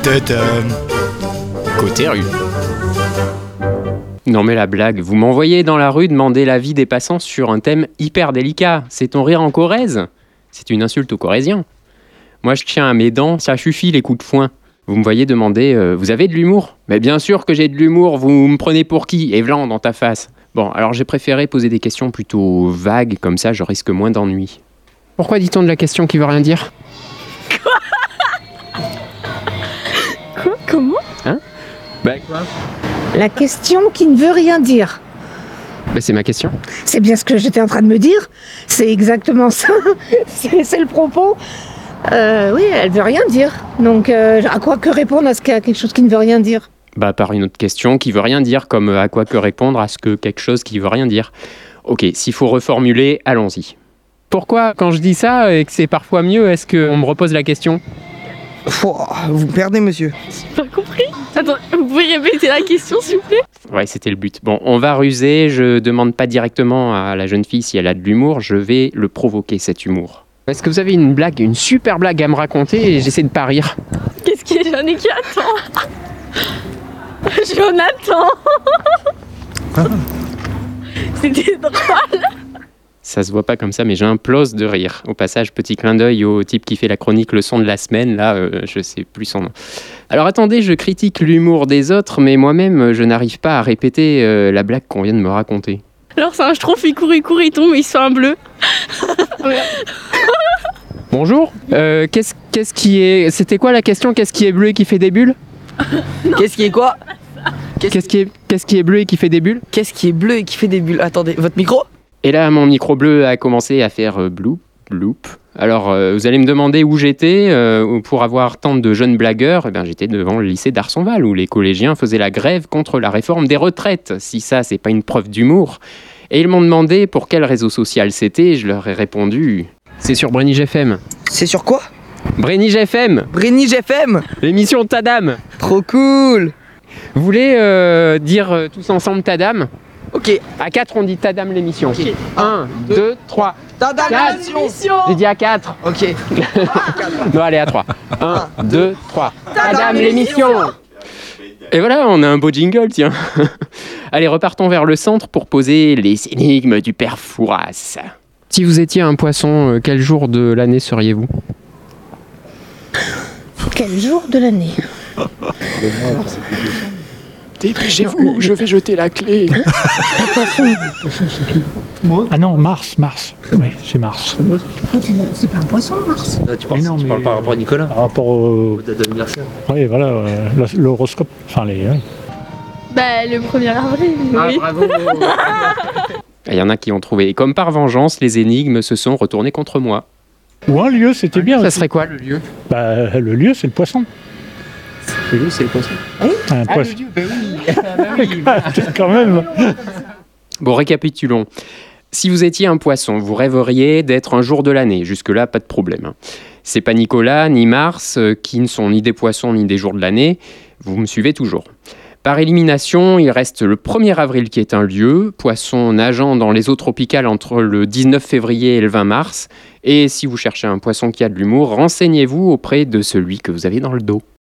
Tadam. Côté rue. Non mais la blague, vous m'envoyez dans la rue demander l'avis des passants sur un thème hyper délicat. C'est ton rire en Corrèze? C'est une insulte aux Corésiens. Moi je tiens à mes dents, ça suffit les coups de foin. Vous me voyez demander vous avez de l'humour? Mais bien sûr que j'ai de l'humour, vous me prenez pour qui? Evlan dans ta face. Bon, alors j'ai préféré poser des questions plutôt vagues, comme ça je risque moins d'ennuis. Pourquoi dit-on de la question qui veut rien dire? Quoi? Comment? Hein? Quoi? La question qui ne veut rien dire. C'est ma question. C'est bien ce que j'étais en train de me dire. C'est exactement ça. c'est le propos. Oui, elle veut rien dire. Donc, à quoi que répondre à ce qu'il y a quelque chose qui ne veut rien dire? Par une autre question qui veut rien dire, comme à quoi que répondre à ce que quelque chose qui veut rien dire. Ok, s'il faut reformuler, allons-y. Pourquoi, quand je dis ça et que c'est parfois mieux, est-ce qu'on me repose la question? Vous perdez, monsieur. J'ai pas compris. Attends, vous pouvez répéter la question, s'il vous plaît? Ouais, c'était le but. Bon, on va ruser, je demande pas directement à la jeune fille si elle a de l'humour, je vais le provoquer, cet humour. Est-ce que vous avez une blague, une super blague à me raconter et j'essaie de pas rire? Qu'est-ce qu'il y a? J'en ai qui attend. Jonathan. C'était drôle. Ça se voit pas comme ça, mais j'implose de rire. Au passage, petit clin d'œil au type qui fait la chronique Leçon de la semaine, là, je sais plus son nom. Alors attendez, je critique l'humour des autres, mais moi-même, je n'arrive pas à répéter la blague qu'on vient de me raconter. Alors c'est un schtroumpf, il court, il tombe, il se fait un bleu. Bonjour, qu'est-ce qui est... C'était quoi la question? Qu'est-ce qui est bleu et qui fait des bulles? Qu'est-ce qui est quoi? Qu'est-ce qui est bleu et qui fait des bulles? Qu'est-ce qui est bleu et qui fait des bulles? Attendez, votre micro? Et là, mon micro bleu a commencé à faire bloop, bloop. Alors, vous allez me demander où j'étais pour avoir tant de jeunes blagueurs. Eh bien, j'étais devant le lycée d'Arsonval, où les collégiens faisaient la grève contre la réforme des retraites. Si ça, c'est pas une preuve d'humour. Et ils m'ont demandé pour quel réseau social c'était. Je leur ai répondu, c'est sur Brénige FM. C'est sur quoi? Brénige FM, Brénige FM. l'émission Tadam. Trop cool. Vous voulez dire tous ensemble Tadam? Ok. À 4, on dit Tadam l'émission. Ok. 1, 2, 3. Tadam Quatre. l'émission. J'ai dit à 4. Ok. Non, allez, à 3. 1, 2, 3. Tadam l'émission. Et voilà, on a un beau jingle, tiens. Allez, repartons vers le centre pour poser les énigmes du père Fouras. Si vous étiez un poisson, quel jour de l'année seriez-vous? Quel jour de l'année? Dépêchez-vous, je vais jeter la clé. Ah non, Mars. Oui, c'est Mars. C'est pas un poisson, Mars. Tu parles par rapport à Nicolas? Par rapport au... Date d'anniversaire. Oui, voilà, l'horoscope. Enfin, les... Le 1er avril, oui. Bravo. Il y en a qui ont trouvé. Et comme par vengeance, les énigmes se sont retournées contre moi. Ou un lieu, c'était bien. Ça aussi. serait quoi, le lieu? Le lieu, c'est le poisson. Le lieu, c'est le poisson. Un poisson. Le lieu, oui. Quand même. Bon, récapitulons. Si vous étiez un poisson, vous rêveriez d'être un jour de l'année. Jusque-là, pas de problème. C'est pas Nicolas ni Mars qui ne sont ni des poissons ni des jours de l'année. Vous me suivez toujours. Par élimination, il reste le 1er avril qui est un lieu, poisson nageant dans les eaux tropicales entre le 19 février et le 20 mars. Et si vous cherchez un poisson qui a de l'humour, renseignez-vous auprès de celui que vous avez dans le dos.